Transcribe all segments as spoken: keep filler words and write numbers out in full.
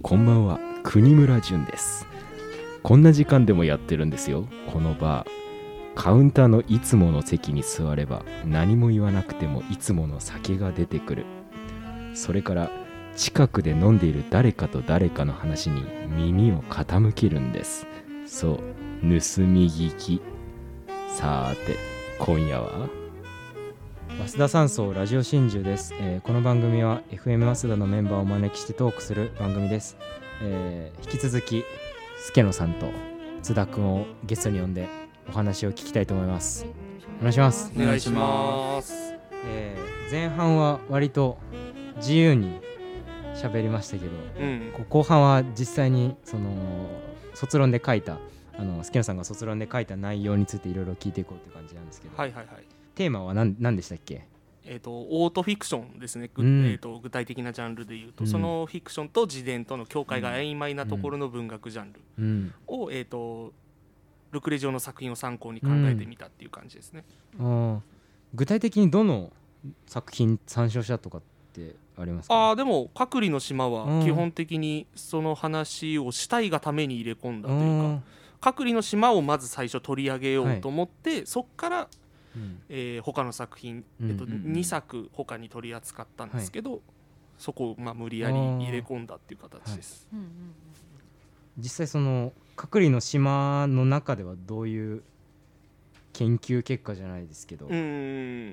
こんばんは、国村淳です。こんな時間でもやってるんですよ、このバー。カウンターのいつもの席に座れば何も言わなくてもいつもの酒が出てくる。それから近くで飲んでいる誰かと誰かの話に耳を傾けるんです。そう、盗み聞き。さーて、今夜は増田山荘ラジオ真珠です、えー、この番組は エフエム 増田のメンバーをお招きしてトークする番組です、えー、引き続き助野さんと津田くんをゲストに呼んでお話を聞きたいと思います。お願いします。 お願いします、 えー、前半は割と自由に喋りましたけど、うん、後半は実際にその卒論で書いたあの助野さんが卒論で書いた内容についていろいろ聞いていこうという感じなんですけど、 はいはいはい、 テーマは 何, 何でしたっけ？ えー、とオートフィクションですね、うん、えー、と具体的なジャンルでいうと、うん、そのフィクションと自伝との境界が曖昧なところの文学ジャンルを、うん、えー、とルクレジオの作品を参考に考えてみたっていう感じですね、うん、 あ、具体的にどの作品参照したとかってありますか？ あでも隔離の島は基本的にその話をしたいがために入れ込んだというか、隔離の島をまず最初取り上げようと思って、はい、そっからうんえー、他の作品、えっとうんうんうん、にさく他に取り扱ったんですけど、はい、そこをまあ無理やり入れ込んだっていう形です、はい、 実際その隔離の島の中ではどういう研究結果じゃないですけど、うん、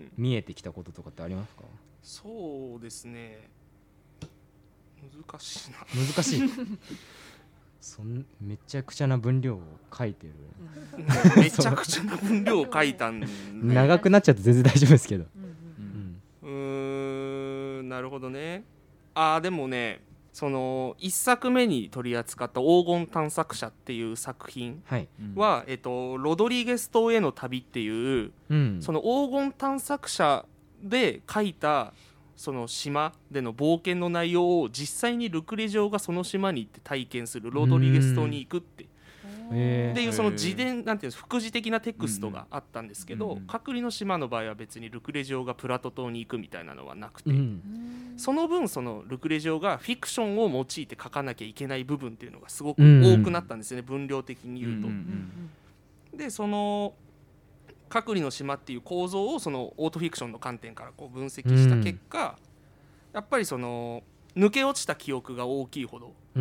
見えてきたこととかってありますか？ そうですね、難しいな難しいそんめちゃくちゃな分量を書いてるめちゃくちゃな分量を書いたん、ね、 長くなっちゃって全然大丈夫ですけど、 うんうん、うーんなるほどね。あでもね、そのいっさくめに取り扱った黄金探索者っていう作品は、はい、えっと、ロドリゲス島への旅っていう、うん、その黄金探索者で書いたその島での冒険の内容を実際にルクレジオがその島に行って体験する、ロドリゲス島に行くってっていうその自伝なんていうんです、副次的なテクストがあったんですけど、隔離の島の場合は別にルクレジオがプラト島に行くみたいなのはなくて、その分そのルクレジオがフィクションを用いて書かなきゃいけない部分っていうのがすごく多くなったんですよね、分量的に言うと。でその隔離の島っていう構造をそのオートフィクションの観点からこう分析した結果、うん、やっぱりその抜け落ちた記憶が大きいほど、うん、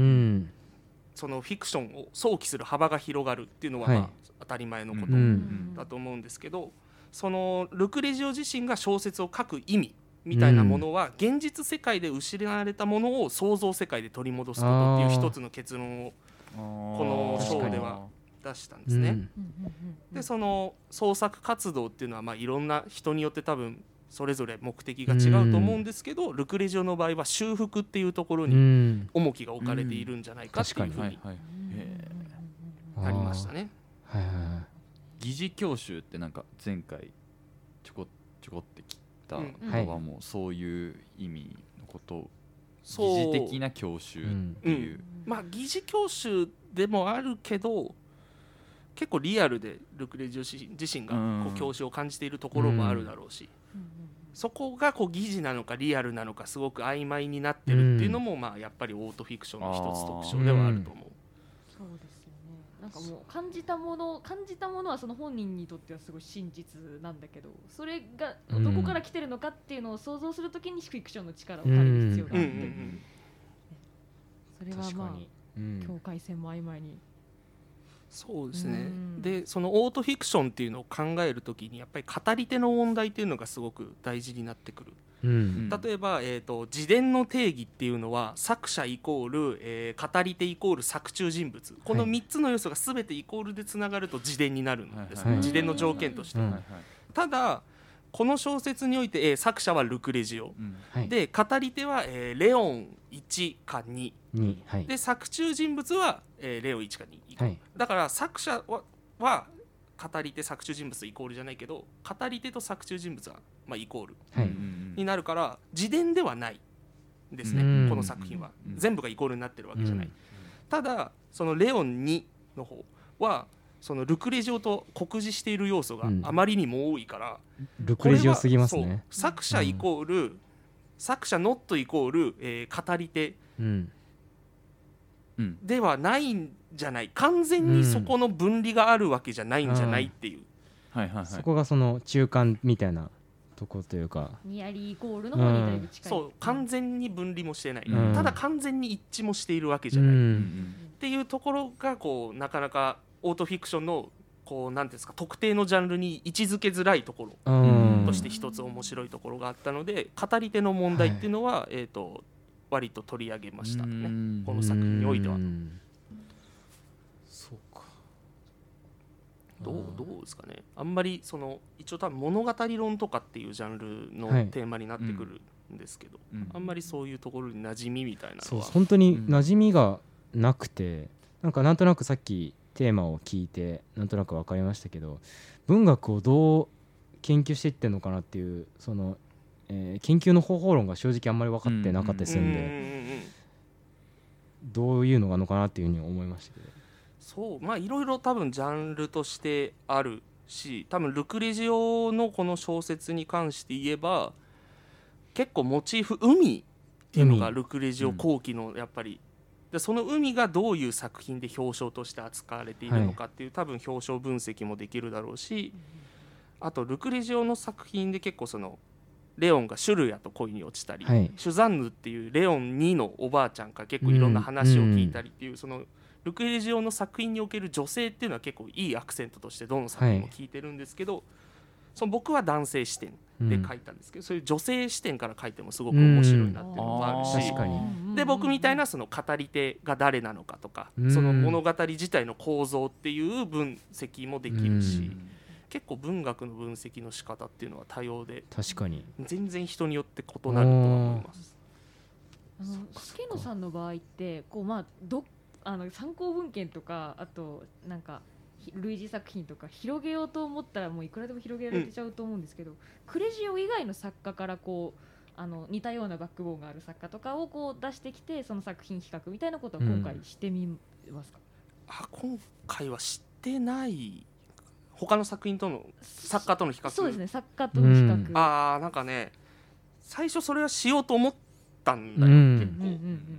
そのフィクションを想起する幅が広がるっていうのはまあ当たり前のことだと思うんですけど、そのルクレジオ自身が小説を書く意味みたいなものは現実世界で失われたものを想像世界で取り戻すことっていう一つの結論をこの章では出したんですね、うん、でその創作活動っていうのはまあいろんな人によって多分それぞれ目的が違うと思うんですけど、うん、ルクレジオの場合は修復っていうところに重きが置かれているんじゃないかっていうふうになりましたね。 疑似教習ってなんか前回ちょこちょこって切ったのはもうそういう意味のことを、疑似的な教習っていう、うん、 まあ疑似教習でもあるけど結構リアルでルクレジオ自身がこう教師を感じているところもあるだろうし、うん、そこがこう疑似なのかリアルなのかすごく曖昧になってるっていうのも、まあやっぱりオートフィクションの一つ特徴ではあると思う。 そうですよね。なんかもう感じたもの感じたものはその本人にとってはすごい真実なんだけど、それがどこから来てるのかっていうのを想像するときにフィクションの力を借りる必要があって、うんうんうん、それはまあ、うん、境界線も曖昧に。 そうですね、うん、でそのオートフィクションっていうのを考えるときにやっぱり語り手の問題っていうのがすごく大事になってくる、うん、例えば、えーと、自伝の定義っていうのは作者イコール、えー、語り手イコール作中人物、このみっつの要素が全てイコールでつながると自伝になるんですね、はいはい、自伝の条件として、はいはい、ただこの小説において、えー、作者はルクレジオ、うんはい、で語り手は、えー、レオンいちかに、はい、で作中人物は、えー、レオンいちかに、はい、だから作者 は, は語り手作中人物イコールじゃないけど語り手と作中人物は、まあ、イコール、はい、になるから自伝ではないですね、この作品は全部がイコールになってるわけじゃない。ただそのレオンにの方はそのルクレジオと酷似している要素があまりにも多いから、 うん、ルクレジオすぎますね。 作者イコール、うん、作者ノットイコール、えー、語り手ではないんじゃない、完全にそこの分離があるわけじゃないんじゃないっていう、 はいはいはい、そこがその中間みたいなとこというかニアリーイコールの方にだいぶ近い、 うん、そう完全に分離もしてない、うん、ただ完全に一致もしているわけじゃない、うん、っていうところがこうなかなかオートフィクションのこうなんていうんですか特定のジャンルに位置づけづらいところとして一つ面白いところがあったので、語り手の問題っていうのは、はい、えーと割と取り上げましたね、この作品においては。 そうか。 どうどうですかね。あんまりその一応多分物語論とかっていうジャンルのテーマになってくるんですけど、はい、あんまりそういうところに馴染みみたいなのはそう本当に馴染みがなくて、なんかなんとなくさっきテーマを聞いてなんとなく分かりましたけど、文学をどう研究していってるのかなっていうそのえー、研究の方法論が正直あんまり分かってなかったりするんで、うんうん、どういうのがあるのかなっていうふうに思いましたけど、 そうまあいろいろ多分ジャンルとしてあるし、多分ルクレジオのこの小説に関して言えば結構モチーフ海っていうのがルクレジオ後期のやっぱり、でその海がどういう作品で表彰として扱われているのかっていう、はい、多分表彰分析もできるだろうし、あとルクレジオの作品で結構そのレオンがシュルヤと恋に落ちたり、はい、シュザンヌっていうレオンにのおばあちゃんから結構いろんな話を聞いたりっていう、うん、そのルクレジオの作品における女性っていうのは結構いいアクセントとしてどの作品も聞いてるんですけど、はい、その僕は男性視点で書いたんですけど、うん、そういう女性視点から書いてもすごく面白いなっていうのもあるし、 確かにで僕みたいなその語り手が誰なのかとか、うん、その物語自体の構造っていう分析もできるし、うん結構文学の分析の仕方っていうのは多様で、 確かに全然人によって異なると思います。 あの助野さんの場合ってこう、まあ、どあの参考文献とかあとなんか類似作品とか広げようと思ったらもういくらでも広げられちゃうと思うんですけど、うん、クレジオ以外の作家からこうあの似たようなバックボーンがある作家とかをこう出してきてその作品比較みたいなことは今回してみますか？ うん、あ今回はしてない他の作品との作家との比較。 そうですね、作家との比較、 うん、ああなんかね最初それはしようと思ったんだよ、うん、結構、うんうんうん、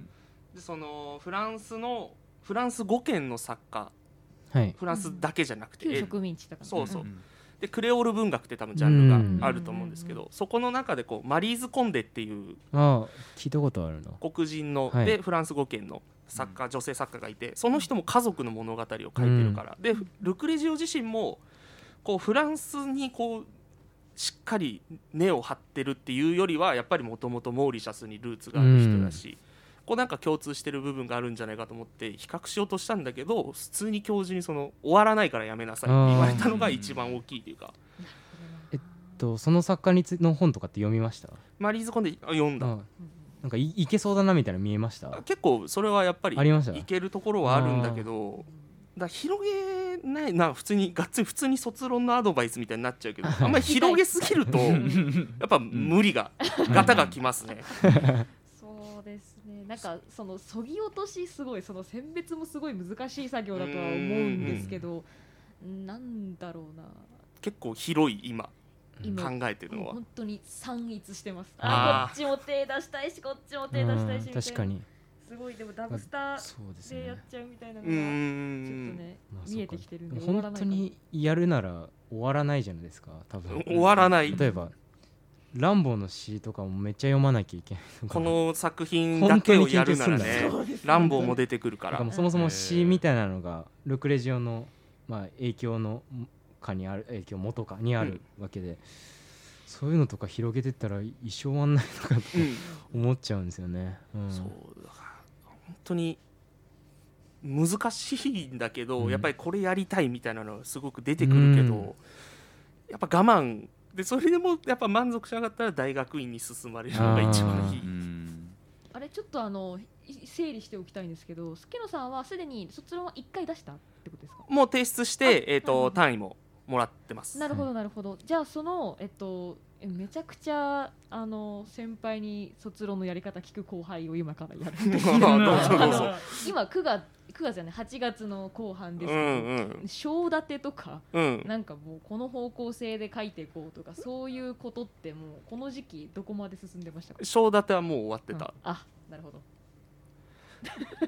でそのフランスのフランスごけんの作家、はい、フランスだけじゃなくて、 旧植民地とか、ね、 そうそう、うん、でクレオール文学って多分ジャンルがあると思うんですけど、うん、そこの中でこうマリーズ・コンデっていうあ聞いたことあるな黒人の、はい、でフランスごけんの作家、女性作家がいて、その人も家族の物語を書いてるから、うん、でルクレジオ自身もこうフランスにこうしっかり根を張ってるっていうよりはやっぱりもともとモーリシャスにルーツがある人だし、うん、こうなんか共通してる部分があるんじゃないかと思って比較しようとしたんだけど、普通に教授にその終わらないからやめなさいって言われたのが一番大きいというか。 えっとその作家につの本とかって読みました？ マリーズコンで読んだ。 なんか い, いけそうだなみたいな見えました？ 結構それはやっぱりいけるところはあるんだけど、だ広げないな、普通にがっつり普通に卒論のアドバイスみたいになっちゃうけどあんまり広げすぎるとやっぱ無理がガタがきますね。 そうですね、なんかそのそぎ落としすごいその選別もすごい難しい作業だとは思うんですけど、なんだろうな、 結構広い今考えてるのは本当に散逸してます。あこっちも手出したいしこっちも手出したいしみたいな、 確かにすごいでもダブスターでやっちゃうみたいなのがちょっとね、まあ、見えてきてるんで終わらないか本当にやるなら終わらないじゃないですか多分。 終わらない。 例えばランボーの詩とかもめっちゃ読まなきゃいけないこの作品だけをやるならねランボーも出てくるから。 もそもそも詩みたいなのがルクレジオの、まあ、影響のかにある影響元かにあるわけで、うん、そういうのとか広げてったら一生終わんないのかと思っちゃうんですよね、うんうん、 そうだから本当に難しいんだけど、うん、やっぱりこれやりたいみたいなのがすごく出てくるけど、うん、やっぱ我慢でそれでもやっぱ満足しなかったら大学院に進まれるのが一番いい。 あ, あれちょっとあの整理しておきたいんですけど、助野さんはすでに卒論はいっかい出したってことですか？ もう提出して、えーと、単位ももらってます。 なるほどなるほど。じゃあその、えっと、めちゃくちゃあの先輩に卒論のやり方聞く後輩を今からやるんですけど今くがつくがつじゃないはちがつの後半ですけど、うんうん、章立てとか、うん、なんかもうこの方向性で書いていこうとかそういうことってもうこの時期どこまで進んでましたか？ 章立てはもう終わってた、 うん、あなるほど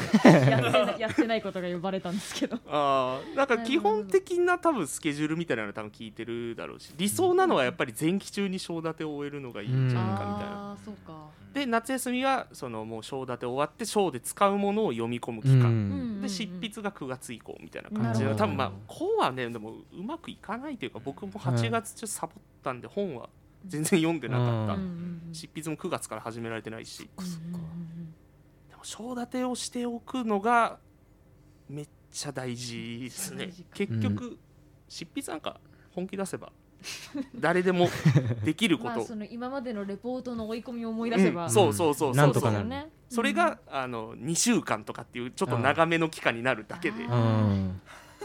やってなやってないことが呼ばれたんですけどあなんか基本的な多分スケジュールみたいなの多分聞いてるだろうし、理想なのはやっぱり前期中に章立てを終えるのがいいんじゃないかみたいな。 あそうか。 で夏休みはそのもう章立て終わって章で使うものを読み込む期間、 うんうんで執筆がくがつ以降みたいな感じで、 なるほど多分まあこうはねでもうまくいかないというか、僕もはちがつ中サボったんで本は全然読んでなかった、 う執筆もくがつから始められてないし、 うんうんうんでも章立てをしておくのがめっちゃ大事ですね。結局、 う執筆なんか本気出せば誰でもできること、 まあ、その今までのレポートの追い込みを思い出せば、 うん、そうそうそうそう、 なんとかなるね、 それが、あのにしゅうかんとかっていうちょっと長めの期間になるだけで、 あうん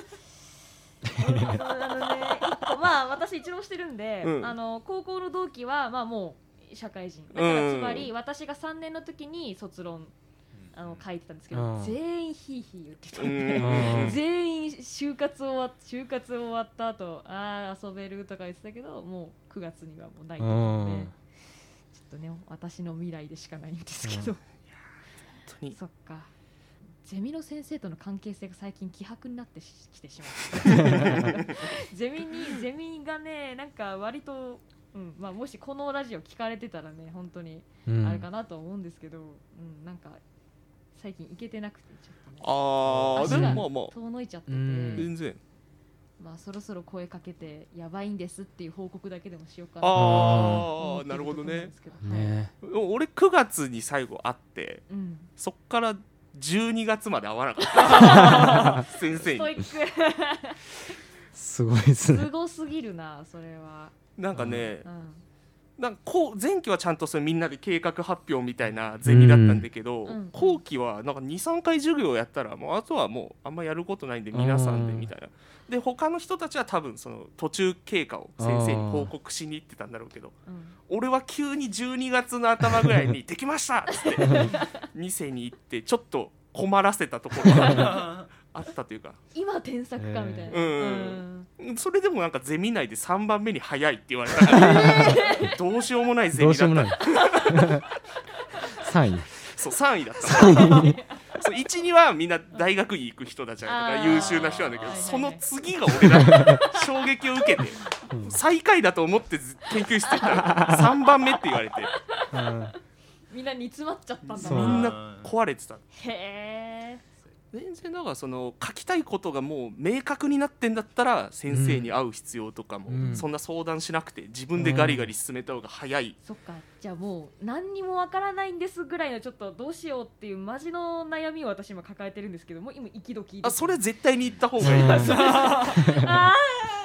あのね、一個まあ私一浪してるんで、 うんあの高校の同期はまあもう社会人だから、 うんつまり私がさんねんの時に卒論あの書いてたんですけど、 うん全員ヒーヒー言ってたうんで、 ん全員就活終わっ就活終わった後ああ遊べるとか言ってたけど、もうくがつにはもうないと思うので、 うんちょっとね私の未来でしかないんですけど、 本当にそっか。ゼミの先生との関係性が最近希薄になってきてしまうゼミにゼミがねなんか割と、うんまあ、もしこのラジオ聞かれてたらね本当にうんあれかなと思うんですけど、うんなんか最近行けてなくてちょっとねああで足がもまあまあ遠のいちゃってて、 うん全然まあ、そろそろ声かけてやばいんですっていう報告だけでもしようかなとあ思ってあなるほどね。 ところなんですけど、はいね俺くがつに最後会ってうん、 そっからじゅうにがつまで会わなかった先生に。 ストイックすごいですねすごすぎるなそれは、 なんかね、 うんなんかこう前期はちゃんとそれみんなで計画発表みたいなゼミだったんだけど、 うん後期はなんかにさんかい授業やったらもうあとはもうあんまやることないんで皆さんでみたいな。で他の人たちは多分その途中経過を先生に報告しに行ってたんだろうけど、 うん俺は急にじゅうにがつの頭ぐらいにできましたっつって店に行ってちょっと困らせたところがあったというか、 今添削かみたいな、 うんそれでもなんかゼミ内でさんばんめに早いって言われたからどうしようもないゼどうミだったしようもないさんいそうさんいだったそういち、にはみんな大学に行く人たちだからあー優秀な人なんだけど、 はいはいはいその次が俺だ衝撃を受けて最下位だと思って研究室行ったらさんばんめって言われてうんみんな煮詰まっちゃったんだそうみんなな壊れてた。 へえ全然だからその書きたいことがもう明確になってんだったら先生に会う必要とかも、 うんそんな相談しなくて自分でガリガリ進めた方が早い、 そっかじゃあもう何にもわからないんですぐらいのちょっとどうしようっていうマジの悩みを私今抱えてるんですけども、今息時あそれ絶対に言った方がいい、 あ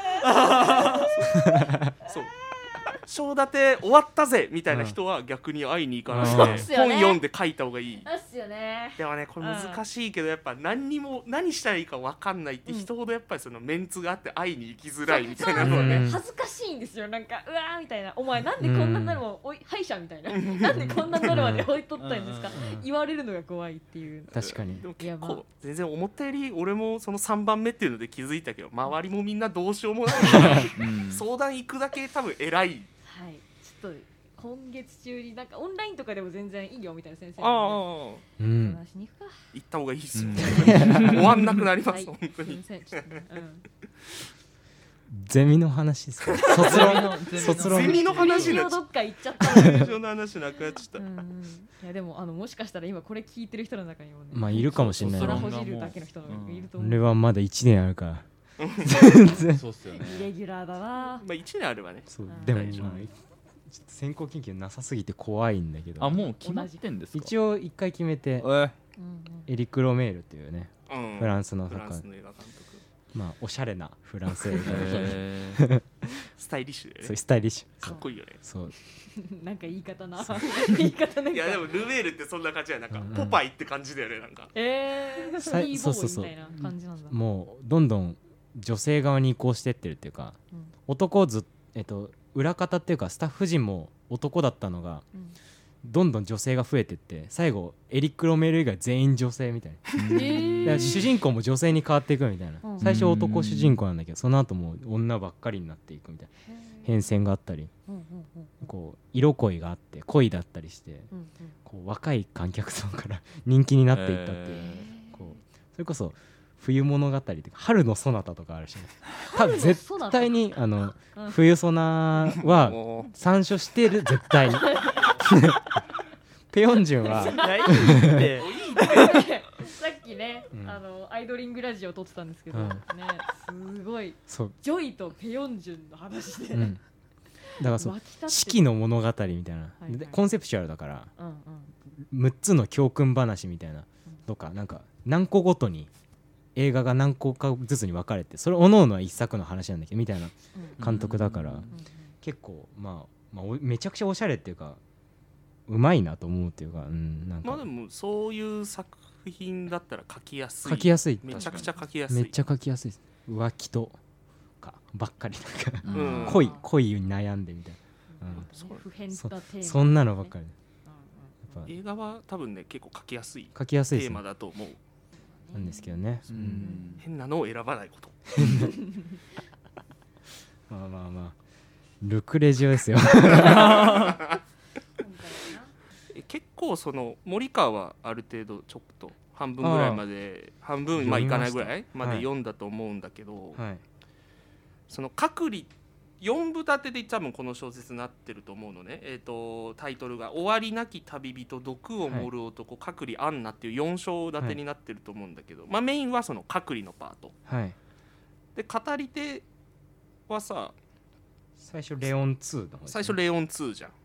そう章立て終わったぜみたいな人は逆に会いに行かないうんで、 そうっすよね本読んで書いた方がいい。 ーっすよねでもねこれ難しいけどやっぱ何にも何したらいいか分かんないって人ほどやっぱりそのメンツがあって会いに行きづらいみたいなのはね、 うん恥ずかしいんですよなんかうわーみたいなお前なんでこんなになるもんおい歯医者みたいななんでこんなになるまで置いとったんですかうん言われるのが怖いっていう確かにでもいやまあ結構全然思ったより俺もそのさんばんめっていうので気づいたけど周りもみんなどうしようもないうん相談行くだけ多分偉い。 はいちょっと今月中になんかオンラインとかでも全然いいよみたいな先生ああなんでうん話しに行くか行った方がいいですよ、 うん終わんなくなります、 はい本当に。 すいませんちょっとねうんゼミの話ですか卒論卒論ゼミの話ゼミになっちゃっをどっか行っちゃったた。の話なくなっちゃった。 うんうんいやでもあのもしかしたら今これ聞いてる人の中にもねまあいるかもしれない空ねほじるだけの人もいると思う、 俺はまだいちねんあるから全然そうっすよねイレギュラーだなまあいちねんあればね。 そううんでも大丈夫まあちょっと先行研究なさすぎて怖いんだけどあもう決まってんですか一応一回決めてえうんうんエリック・ロメールっていうねうんフランスのフラン作家スの映画監督まあおしゃれなフランス映画えースタイリッシュでそうねスタイリッシュかっこいいよね。 そうなんか言い方な言い方なんかいやでもルメールってそんな感じやなんかうんポパイって感じだよねなんか。 えー、 さフリーボそうそうそうーイみたいな感じなんだもうどんどん女性側に移行してってるっていうかうん男をずっえっと裏方っていうかスタッフ陣も男だったのがうんどんどん女性が増えてって最後エリック・ロメール以外全員女性みたいなえーだから主人公も女性に変わっていくみたいな、 うん最初男主人公なんだけどその後もう女ばっかりになっていくみたいな変遷があったりうんうんうんこう色恋があって恋だったりしてうんうんこう若い観客層から人気になっていったっていう、 えーれこそ冬物語とか春のソナタとかあるし、ね、多分絶対にあの冬ソナは参照してる絶対にペヨンジュンはさっきね、うん、あのアイドリングラジオ撮ってたんですけど、うん、ねすごいジョイとペヨンジュンの話で、うん、 だからそう四季の物語みたいな、はいはい、コンセプチュアルだから、うんうん、むっつの教訓話みたいなとか、なんか何個ごとに映画が何個かずつに分かれて、それおのおのは一作の話なんだけどみたいな監督だから、結構、まあ、まあめちゃくちゃおしゃれっていうかうまいなと思うっていうか、うん、なんかまあでもそういう作品だったら書きやすい書きやすいめちゃくちゃ書きやすいめっちゃ書きやすいです。浮気とかばっかりなんか、うん、恋恋に悩んでみたいな、うん、 普遍したテーマ、ね、 そんなのばっかり、 うん、映画は多分ね結構書きやすい書きやすいテーマだと思うなんですけどね、 うん、変なのを選ばないことまあまあまあルクレジオですよ結構その森川はある程度ちょっと半分ぐらいまで半分まあいかないぐらいまで読んだと思うんだけど、はい、その隔離よんぶ立てで多分この小説になってると思うのね、えー、とタイトルが終わりなき旅人毒を盛る男、はい、隔離アンナっていうよん章立てになってると思うんだけど、はい、まあ、メインはその隔離のパート、はい、で語り手はさ最初レオンツーの方ですね、 最初レオンツーじゃん、はい、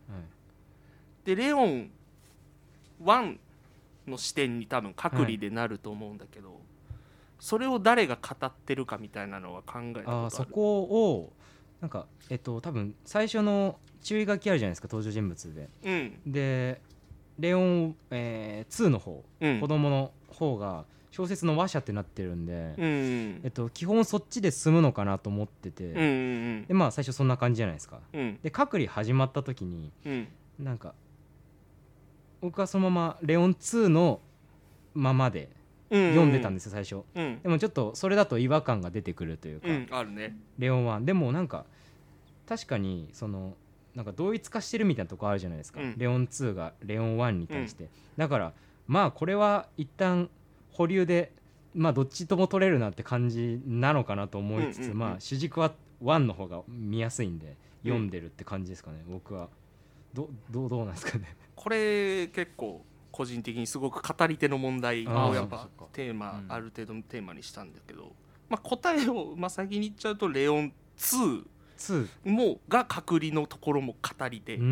でレオンワンの視点に多分隔離でなると思うんだけど、はい、それを誰が語ってるかみたいなのは考えたことある？ あ、そこをなんかえっと多分最初の注意書きあるじゃないですか、登場人物で、うん、でレオン、えー、ツーの方、うん、子供の方が小説の話者ってなってるんで、うんうん、えっと、基本そっちで進むのかなと思ってて、うんうんうん、でまあ最初そんな感じじゃないですか、うん、で隔離始まった時に、うん、なんか僕はそのままレオンツーのままで読んでたんですよ最初、うん、でもちょっとそれだと違和感が出てくるというか、うん、 あるね、 レオンワンでもなんか確かにそのなんか同一化してるみたいなとこあるじゃないですか、うん、レオンツーがレオンワンに対して、うん、だからまあこれは一旦保留でまあどっちとも取れるなって感じなのかなと思いつつ、うんうんうん、まあ主軸はワンの方が見やすいんで読んでるって感じですかね、うん、僕はどどうどうなんですかねこれ結構個人的にすごく語り手の問題をやっぱテーマ、うん、ある程度のテーマにしたんだけど、まあ、答えをまあ先に言っちゃうとレオンツーもが隔離のところも語り手、うん、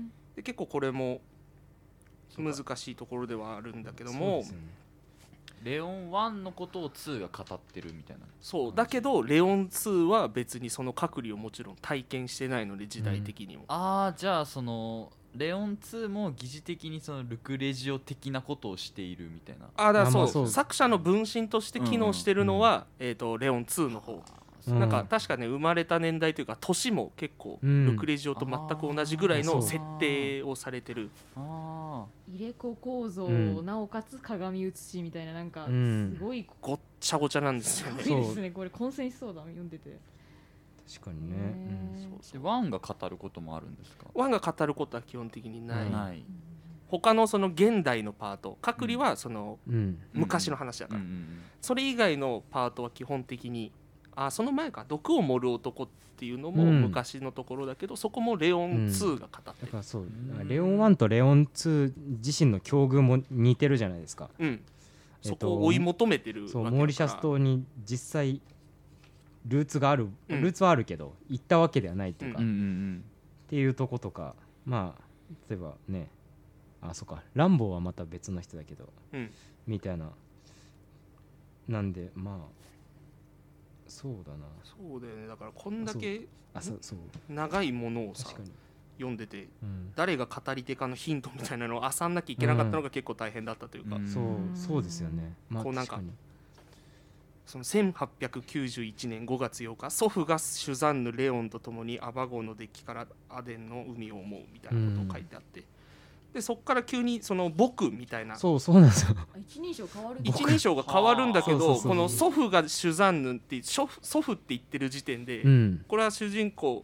で結構これも難しいところではあるんだけども、ね、 レオンワンのことをツーが語ってるみたいな。 そうだけどレオンツーは別にその隔離をもちろん体験してないので時代的にも、 うん、ああじゃあそのレオンツーも疑似的にそのルクレジオ的なことをしているみたいな。 あだからそう、そう作者の分身として機能してるのは、うんうん、えーとレオンツーの方、うん、なんか確かね生まれた年代というか年も結構ルクレジオと全く同じぐらいの設定をされてる、 あ入れ子構造、うん、なおかつ鏡写しみたいななんかすごいごっちゃごちゃなんですよね。 すごいですねこれ混戦しそうだ読んでて。 確かにね、 うん、そうそうワンが語ることもあるんですか？ ワンが語ることは基本的にない、ない、他のその現代のパート隔離はその昔の話だから、うんうんうんうん、それ以外のパートは基本的にあその前か毒を盛る男っていうのも昔のところだけど、うん、そこもレオンツーが語ってる、うん、だからそうレオンワンとレオンツー自身の境遇も似てるじゃないですか、 うんえっと、そこを追い求めてるわけだから。 そうモーリシャス島に実際ルーツがある、うん、ルーツはあるけど行ったわけではないっていうか、うんうんうん、っていうとことかまあ例えばねあそうかランボーはまた別の人だけど、うん、みたいななんでまあそうだなそうだよね。だからこんだけ長いものをさ読んでて、うん、誰が語り手かのヒントみたいなのを漁んなきゃいけなかったのが結構大変だったというか、 うん、そうそうですよね、まあ、 こうなんかそのせんはっぴゃくきゅうじゅういちねんごがつようか祖父がシュザンヌ・レオンと共にアバ号のデッキからアデンの海を思うみたいなことを書いてあって、うん、でそこから急にその僕みたいなそうそうなんですよ一人称変わる一人称が変わるんだけどこの祖父がシュザンヌって祖父って言ってる時点で、うん、これは主人公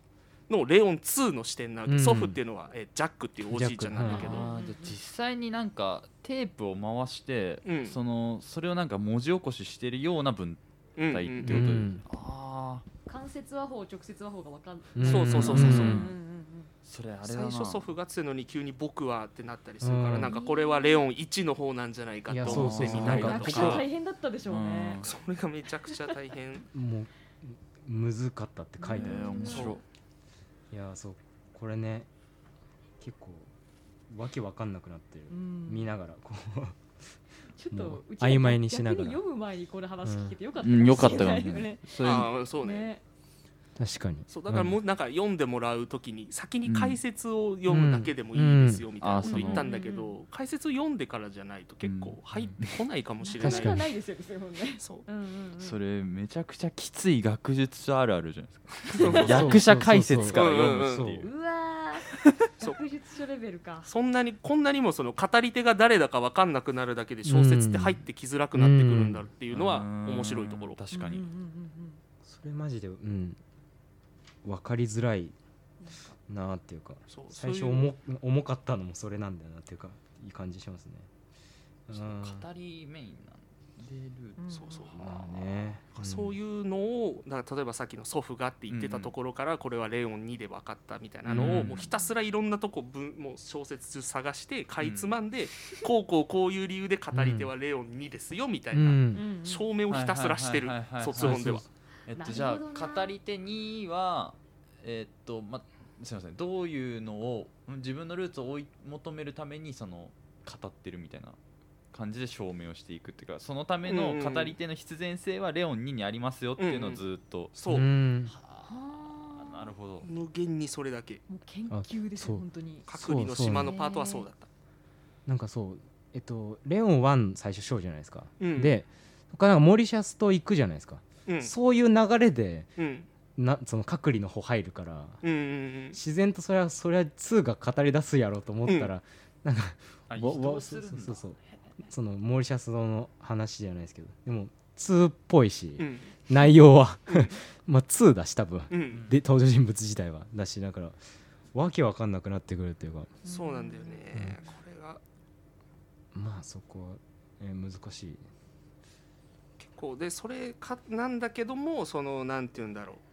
のレオンツーの視点なわけ、うん、祖父っていうのはえジャックっていうおじいちゃんなんだけど、 あじゃ実際になんかテープを回して、うん、そのそれをなんか文字起こししてるような文体ってことで、うんうん、 あ関節和法直接和法が分かんない、 そうそうそうそうそう、うんうんうん、 それあれ最初祖父が強いのに急に僕はってなったりするから、うん、なんかこれはレオンいちの方なんじゃないかと思ってみたりだとか、めちゃくちゃ大変だったでしょうね、 それがめちゃくちゃ大変もうむずかったって書いてある、 えー、面白い。いやそうこれね結構わけわかんなくなってる、うん、見ながらこうちょっとうち曖昧にしながら読む前にこれ話聞けてよかったかもしれない、うん、よかったかもね。ああそうね。 ね確かにそうだからもうなんか読んでもらうときに先に解説を読むだけでもいいですよみたいなこと言ったんだけど、解説を読んでからじゃないと結構入ってこないかもしれない。 確かにないですよね。 そう、 うんうんうん、 それめちゃくちゃきつい学術書あるあるじゃないですか。役者解説から読むっていう。 うわ学術書レベルか。 そんなにこんなにもその語り手が誰だか分かんなくなるだけで小説って入ってきづらくなってくるんだっていうのは面白いところ。 確かに。 それマジでうん。分かりづらいなっていうか、そう最初 重, 重かったのもそれなんだよなっていうかいい感じしますね。 語りメインなんでる、 うん、そうそう、 まあね、 うん、そういうのをだから例えばさっきの祖父がって言ってたところからこれはレオンにで分かったみたいなのをもうひたすらいろんなとこ分もう小説中探してかいつまんで、うん、こうこうこういう理由で語り手はレオンにですよみたいな証明をひたすらしてる卒論では。 えっと、じゃあ語り手には、えーっとま、すみませんどういうのを自分のルーツを追い求めるためにその語ってるみたいな感じで証明をしていくっていうか、そのための語り手の必然性はレオンににありますよっていうのをずっと、うんうん、 そう、 はあ、なるほど、 無限にそれだけもう研究ですよ本当に。 隔離の島のパートはそうだった。 なんかそうえっとレオンワン最初ショーじゃないですか、うん、でそこからモリシャスと行くじゃないですか。うん、そういう流れで、うん、なその隔離の方入るから、うんうんうん、自然とそれはそれはツーが語り出すやろうと思ったら、うん、なんかそうそうそうそうそのモーリシャスの話じゃないですけどでもツーっぽいし、うん、内容はまあツーだし多分、うん、で登場人物自体はだしだからわけわかんなくなってくるっていうか。 そうなんだよね、うん、これがまあそこは、えー、難しい。 こうでそれかなんだけどもそのなんていうんだろう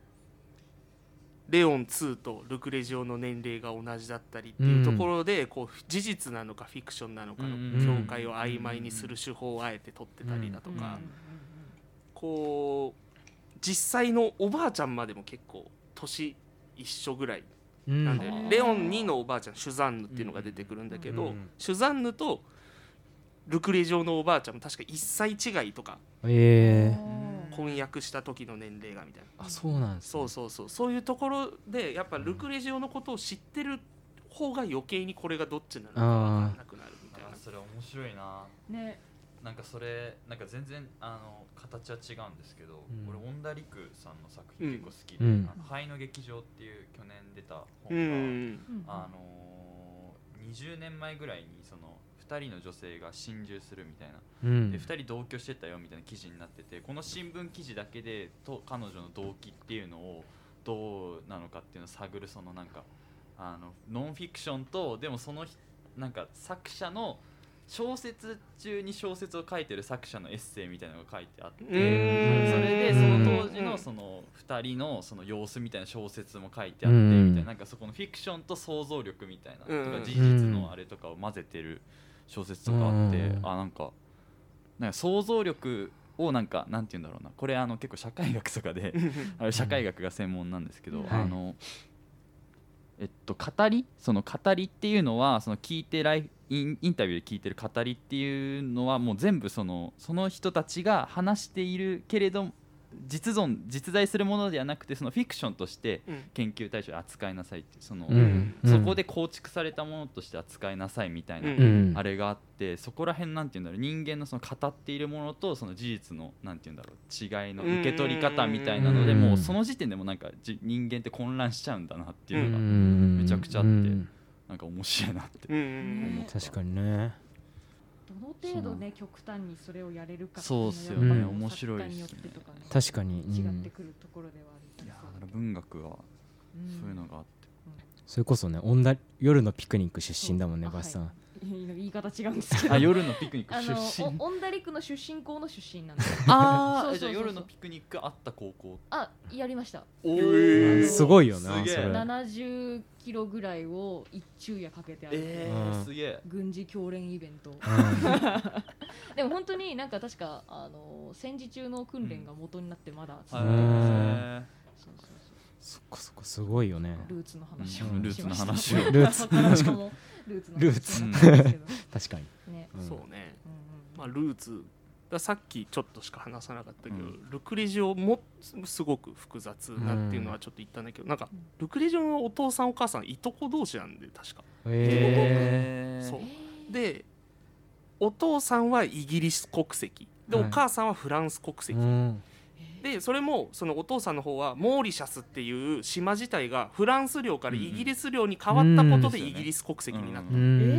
レオンツーとルクレジオの年齢が同じだったりっていうところで、うん、こう事実なのかフィクションなのかの境界を曖昧にする手法をあえて取ってたりだとか、うん、こう実際のおばあちゃんまでも結構年一緒ぐらいなんで、うん、レオンにのおばあちゃんシュザンヌっていうのが出てくるんだけど、うん、シュザンヌとルクレジオのおばあちゃんも確かいっさい違いとか、 えー、婚約した時の年齢がみたいな。 あ、そうなんですね。 そうそうそうそういうところでやっぱルクレジオのことを知ってる方が余計にこれがどっちなのか分かんなくなるみたいな。 それ面白いな、 ね、 なんかそれなんか全然あの形は違うんですけど、うん、俺恩田陸さんの作品結構好きで、うん、あの灰の劇場っていう去年出た本が、うん、あのにじゅうねんまえぐらいにそのふたりの女性が心中するみたいな、うん、でふたり同居してたよみたいな記事になってて、この新聞記事だけでと彼女の動機っていうのをどうなのかっていうのを探るそのなんかあのノンフィクションとでもそのなんか作者の小説中に小説を書いてる作者のエッセイみたいなのが書いてあって、それでその当時のそのふたりのその様子みたいな小説も書いてあってみたいな、なんかそこのフィクションと想像力みたいなとか事実のあれとかを混ぜてる小説とかあって、あなんかなんか想像力をなんかなんて言うんだろうな、これあの結構社会学とかであれ社会学が専門なんですけど、あのえっと語りその語りっていうのはその聞いてライイン、インタビューで聞いてる語りっていうのはもう全部そのその人たちが話しているけれど実存実在するものではなくて、そのフィクションとして研究対象で扱いなさいっていうその、うん、そこで構築されたものとして扱いなさいみたいな、うん、あれがあって、そこら辺なんていうんだろう、人間のその語っているものとその事実のなんていうんだろう違いの受け取り方みたいなので、もうその時点でもなんか人間って混乱しちゃうんだなっていうのがめちゃくちゃあって、なんか面白いなって思った。 確かにね。 どの程度ね極端にそれをやれるかっていうのはそうっすよね、面白いですね。 確かに違ってくるところではある。 いやだから文学はそういうのがあって、 それこそねオンダ夜のピクニック出身だもんねバスさん、 はい、言い方違うんですけどあ夜のピクニック出身あのオンダリ区の出身校の出身なんですああじゃあ夜のピクニックあった高校あやりましたおーすごいよなそれななじゅっキロぐらいを一昼夜かけてある、 えー、すげえ軍事教練イベント、うん、でも本当になんか確かあの戦時中の訓練が元になってまだ続いてます、そうそうそうそっかそっかすごいよねルーツの話を、 うん、ルーツの話をルーツルーツのルーツ、うん、確かに、 ねうん、そうね、うんうんまあ、ルーツださっきちょっとしか話さなかったけど、うん、ルクレジオもすごく複雑なっていうのはちょっと言ったんだけど、うん、なんかルクレジオのお父さんお母さんいとこ同士なんで確かへーそうでお父さんはイギリス国籍で、はい、お母さんはフランス国籍、うんでそれもそのお父さんの方はモーリシャスっていう島自体がフランス領からイギリス領に変わったことでイギリス国籍になった、うんうん、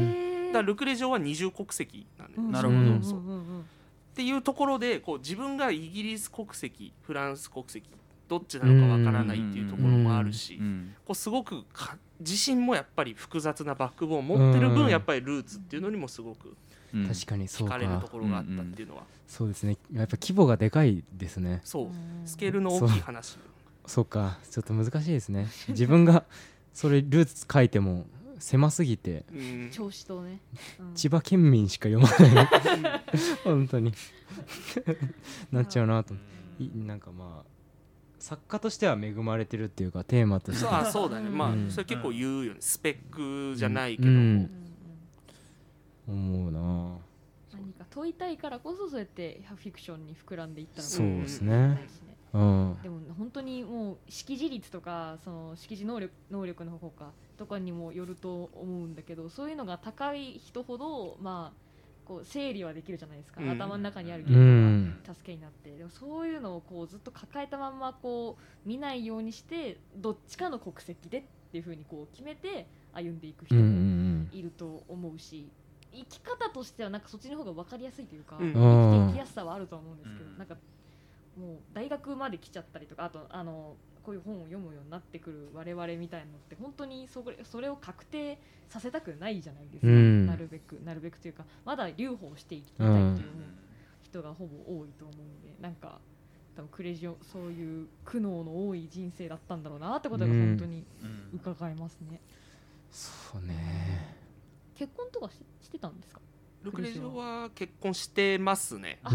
だからルクレジオは二重国籍なんで、うん、 なるほどそうっていうところでこう自分がイギリス国籍フランス国籍どっちなのかわからないっていうところもあるし、うんうん、こうすごくか自身もやっぱり複雑なバックボーンを持ってる分やっぱりルーツっていうのにもすごく確かにそうか惹かれるところがあったっていうのは、うんうん、 そうですねやっぱ規模がでかいですねそうスケールの大きい話そ う, そうかちょっと難しいですね自分がそれルーツ書いても狭すぎて銚子とね、 うん、千葉県民しか読まない本当になっちゃうなとなんかまあ作家としては恵まれてるっていうかテーマとしてはそうだねまあ、うん、それ結構言うよねスペックじゃないけども、うんうん、思うな何か問いたいからこそそうやってフィクションに膨らんでいったのかそうですね、うん、 でも本当にもう識字率とかその識字能力、能力の方かとかにもよると思うんだけどそういうのが高い人ほどまあこう整理はできるじゃないですか、うん、頭の中にある言語が助けになって、うん、でもそういうのをこうずっと抱えたまんまこう見ないようにしてどっちかの国籍でっていう風にこう決めて歩んでいく人もいると思うし、うんうん、生き方としてはなんかそっちの方が分かりやすいというか、うん、生きていきやすさはあると思うんですけど、うん、なんかもう大学まで来ちゃったりとかあとあのこういう本を読むようになってくる我々みたいなのって本当にそれ、それを確定させたくないじゃないですか、うん、なるべくなるべくというかまだ留保していきたいという人がほぼ多いと思うんで、なんか多分クレジオそういう苦悩の多い人生だったんだろうなってことが本当に伺えますね、うんうん、 そうね結婚とか し, してたんですかルクレジオは結婚してますねあ、うん、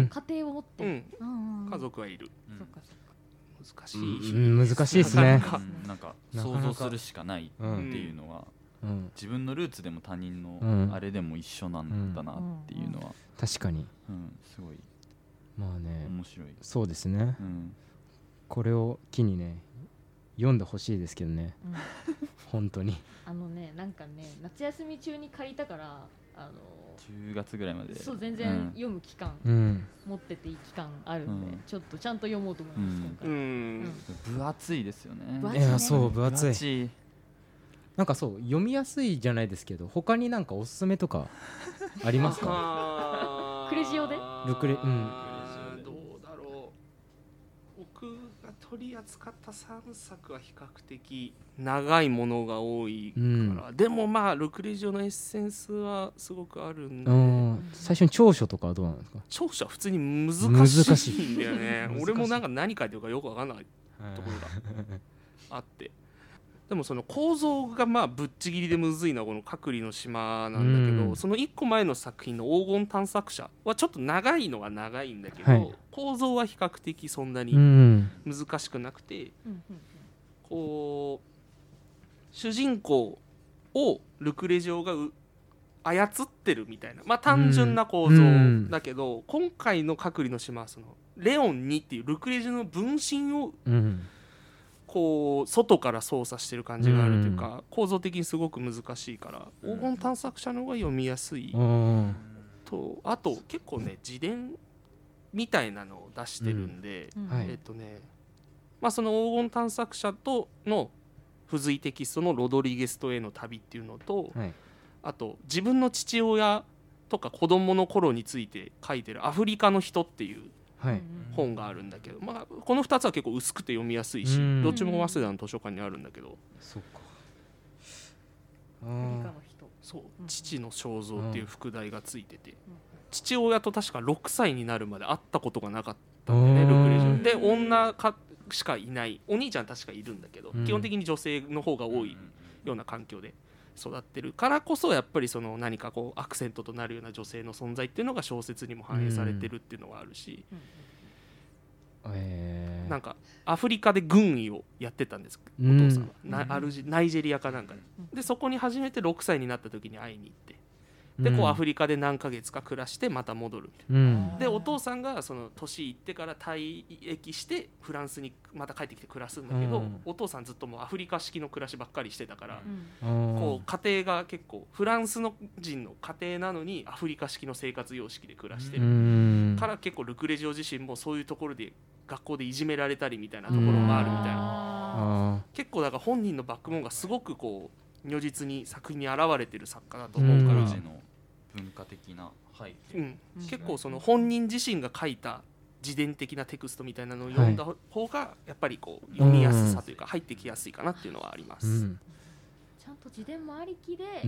そう家庭を持って、 うん、家族はいる、 うん、そっかそっか難しい、 うん、難しいですねなんか想像するしかないっていうのは、うん、自分のルーツでも他人のあれでも一緒なんだなっていうのは、 うん、確かに、 うん、すごいまあね面白いそうですね、うん、これを機にね読んでほしいですけどね、うん、本当にあのねなんかね夏休み中に借りたからあのじゅうがつぐらいまでそう全然読む期間、うん、持ってていい期間あるんで、うん、ちょっとちゃんと読もうと思います、うん、今回、うんうん、分厚いですよねいやそう分厚い、分厚いなんかそう読みやすいじゃないですけど他になんかおすすめとかありますかクレジオでルクレうんどうだろう僕が取り扱ったさんさくは比較的長いものが多いから、うん、でもまあルクレジオのエッセンスはすごくあるんで、うん、 最初に長所とかはどうなんですか長所は普通に難しいんだよね俺もなんか何書いてるかよく分かんないところがあってでもその構造がまあぶっちぎりでむずいのはこの隔離の島なんだけど、うん、そのいっこまえの作品の黄金探索者はちょっと長いのは長いんだけど、はい、構造は比較的そんなに難しくなくて、うん、こう主人公をルクレジオが操ってるみたいなまあ単純な構造だけど、うん、今回の隔離の島はそのレオンにっていうルクレジオの分身を、うんこう外から操作してる感じがあるというか、うん、構造的にすごく難しいから黄金探索者の方が読みやすい、うん、とあと結構ね自伝みたいなのを出してるんで、うん、えっとねまあその黄金探索者との付随テキストのロドリゲス島への旅っていうのと、はい、あと自分の父親とか子供の頃について書いてるアフリカの人っていう本があるんだけど、まあ、このふたつは結構薄くて読みやすいし、どっちも早稲田の図書館にあるんだけど、 そうか、 あそう父の肖像っていう副題がついてて、父親と確かろくさいになるまで会ったことがなかったんだよね、ルクレジオで。女かしかいない、お兄ちゃん確かいるんだけど、基本的に女性の方が多いような環境で育ってるからこそ、やっぱりその何かこうアクセントとなるような女性の存在っていうのが小説にも反映されてるっていうのがあるし、 えー、 なんかアフリカで軍医をやってたんです、お父さんは、なアルジナイジェリアかなんかで、でそこに初めてろくさいになった時に会いに行って、でこうアフリカで何ヶ月か暮らしてまた戻るみたいな、うん、でお父さんがその年行ってから退役してフランスにまた帰ってきて暮らすんだけど、うん、お父さんずっともうアフリカ式の暮らしばっかりしてたから、うん、こう家庭が結構フランスの人の家庭なのにアフリカ式の生活様式で暮らしてる、うん、から結構ルクレジオ自身もそういうところで学校でいじめられたりみたいなところがあるみたいな、結構だから本人のバックボーンがすごくこう如実に作品に現れてる作家だと思うから、 当時の文化的な背景、 うん、結構その本人自身が書いた自伝的なテクストみたいなのを読んだ方がやっぱりこう読みやすさというか入ってきやすいかなっていうのはあります、うん、 ちゃんと自伝もありきで、うん、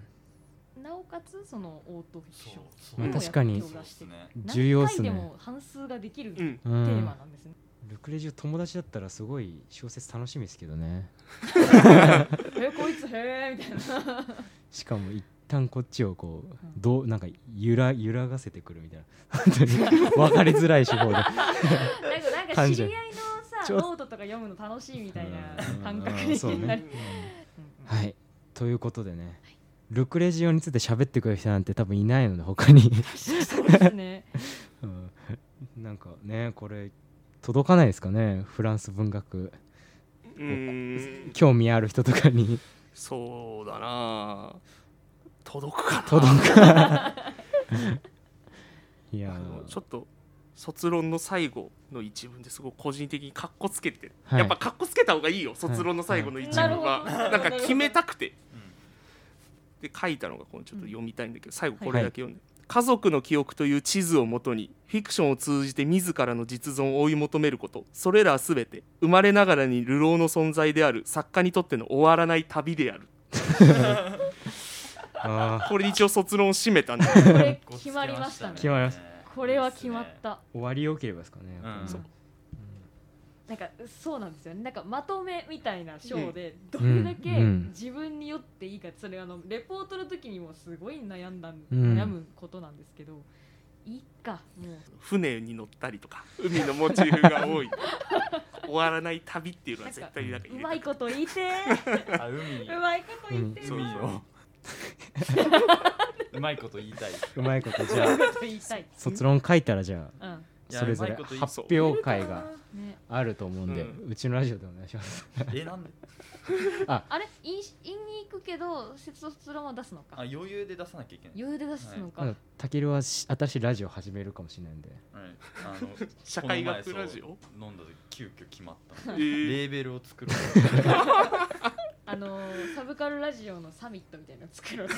なおかつそのオートフィクション、 まあ、確かに重要ですね。 何回でも反数ができるテーマなんですね、 うん、ルクレジオ友達だったらすごい小説楽しみですけどねえこいつへーみたいなしかも一旦こっちをこう、うん、どうなんか揺ら揺らがせてくるみたいな本当に分かりづらい手法でなんかなんか知り合いのさノートとか読むの楽しいみたいな感覚になる、ね、 はいということでね、はい、ルクレジオについて喋ってくれる人なんて多分いないので他にそうですね、 うん、なんかねこれ届かないですかね、フランス文学うーん興味ある人とかに。 そうだな、届くかな届くかいやちょっと卒論の最後の一文ですごく個人的にカッコつけて、はい、やっぱカッコつけた方がいいよ、卒論の最後の一文は、はいはい、なんか決めたくて、うん、で書いたのがこのちょっと読みたいんだけど、最後これだけ読んで、はい、家族の記憶という地図をもとにフィクションを通じて自らの実存を追い求めること、それらはすべて生まれながらに流浪の存在である作家にとっての終わらない旅であるあこれ一応卒論を締めたんだけどこれ決まりましたね。 決まりました。 これは決まった。 終わりよければですかね、 うん、そう、 なんかそうなんですよね。なんかまとめみたいな章でどれだけ自分によっていいか、それあのレポートの時にもすごい悩んだ、うん、悩むことなんですけど、いいかもう船に乗ったりとか海のモチーフが多い終わらない旅っていうのは絶対なんかうまいこと言いてあ海うまいこと言って、 うん、そうようまいこと言いたい。 うまいことじゃあ卒論書いたらじゃあ、うん、それぞれ発表会があると思うんで、うん、うちのラジオでお願いしますえなんであ, あれ言い言いに行くけど卒論は出すのか。 あ余裕で出さなきゃいけない。 余裕で出すのか。 たけるは新しいラジオ始めるかもしれないんで、 はい、あの社会学ラジオ飲んだ時急遽決まった、えー、レーベルを作ろうあのー、サブカルラジオのサミットみたいなの作ろう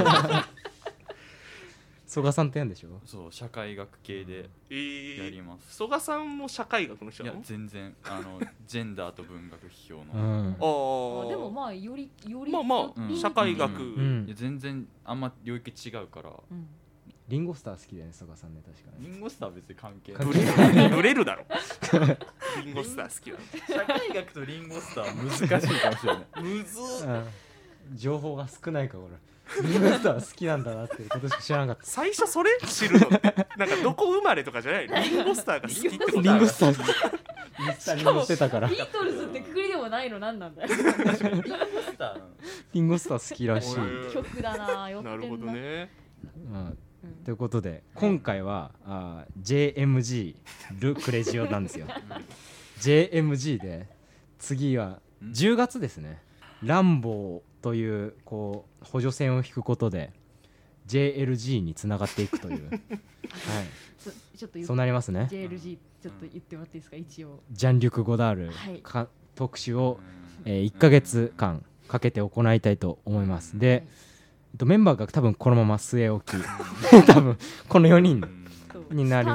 曽我さんってやんでしょ。 そう社会学系でやります、 えー、曽我さんも社会学の人なの。 いや全然あのジェンダーと文学批評の、 うん、 あでもまあよりよりまあまあ、うん、社会学、 うんうん、いや全然あんま領域違うから、うん、 リンゴスター好きだよね曽我さんね。確かにリンゴスターは別に関係ないブレるだろリンゴスター好きだ社会学とリンゴスターは難しいかもしれないむずっ、 うん、情報が少ないから俺リンゴスター好きなんだなって今年知らなかった。 最初それ知るのってなんかどこ生まれとかじゃないリンゴスターが好きってこと。 リンゴスター好きインスタに載ってたから。 ビートルズってくくりでもないの何なんだよリンゴスターリンゴスター好きらしい曲だなよってんな。 なるほどね、 まあうん、ということで今回はあ ジェーエムジー ルクレジオなんですよジェーエムジー で次はじゅうがつですね、ランボーというこう補助線を引くことで ジェーエルジー につながっていくという、はい、 ちょっとそうなりますね。 ジェーエルジー ちょっと言ってもらっていいですか。一応ジャン・リュク・ゴダール、はい、か特集を、えー、いっかげつかんかけて行いたいと思います。で、はい、えっと、メンバーが多分このまま据え置き多分このよにんになる。 スタメンにな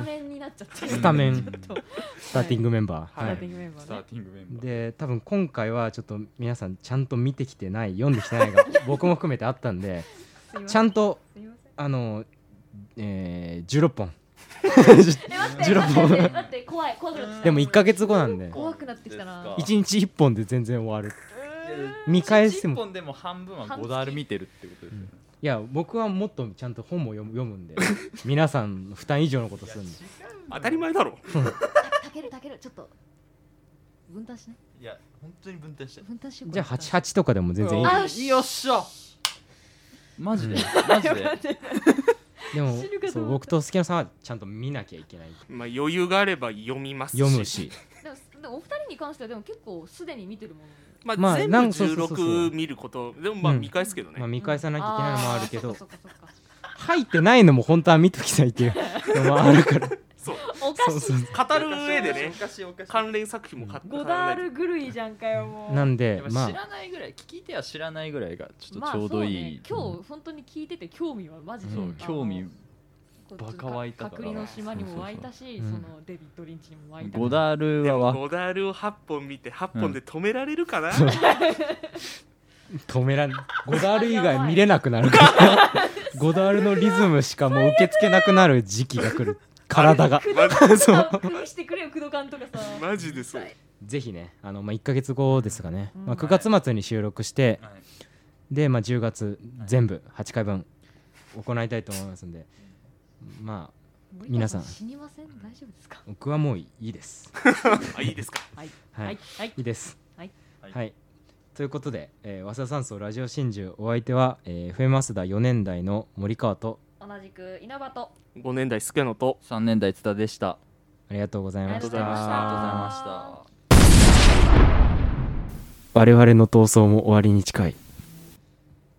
なっちゃってスタメンちょっとスターティングメンバー、 スターティングメンバーね、 スターティングメンバーで多分今回はちょっと皆さんちゃんと見てきてない読んできてないが僕も含めてあったんでちゃんとあの、えー、じゅうろっぽんえ待って待って待って待って怖い怖くなってきたでもいっかげつごなんで怖くなってきたな。 いちにちいっぽんで全然終わる。見返してもいっぽんでも半分はゴダール見てるってことですよね、うん、 いや僕はもっとちゃんと本も読む、読むんで皆さんの負担以上のことするんで当たり前だろたけるたけるちょっと分担しない。 いや本当に分担して分担しよう。 じゃあはちはちとかでも全然いい。 あよっしゃマジでマジででもそう僕と助野さんはちゃんと見なきゃいけない。 まあ余裕があれば読みますし読むしでもでもお二人に関してはでも結構すでに見てるもの。 まあ、 まあ全部じゅうろく見ることでもまあ見返すけどね、 うんまあ、見返さなきゃいけないのもあるけど、 うん、そっかそっかそっか入ってないのも本当は見ときたいっていうのもあるからそうおかしい語る上でね関連作品も語ゴダール狂いじゃんかよもう。 なんでまあ知らないぐらい聞き手は知らないぐらいがちょっとちょうどいい、 まあね、今日本当に聞いてて興味はマジで、 そう、興味バカ湧いたから。 隔離の島にも湧いたし、そのデビッド・リンチにも湧いた。 ゴダールはゴダールをはっぽん見てはっぽんで止められるかな、うん、 止めらんゴダール以外見れなくなるからゴダールのリズムしかもう受け付けなくなる時期が来る体がそう国してくれよ工藤監とかさマジでそうぜひねあの、まあ、いっかげつごですがね、うんまあ、くがつ末に収録して、はい、で、まあ、じゅうがつ全部はちかいぶん行いたいと思いますんでまあ皆さん死にません大丈夫ですか。 僕はもういいですあいいですかはいはい、はい、いいですはい、 はい、ということで、えー、早稲田山荘ラジオ真珠お相手は、えー、エフエム 早稲田よねん代の森川と同じく稲葉とごねん代助野とさんねん代津田でした。 ありがとうございました。 ありがとうございました。 ありがとうございました。 我々の闘争も終わりに近い。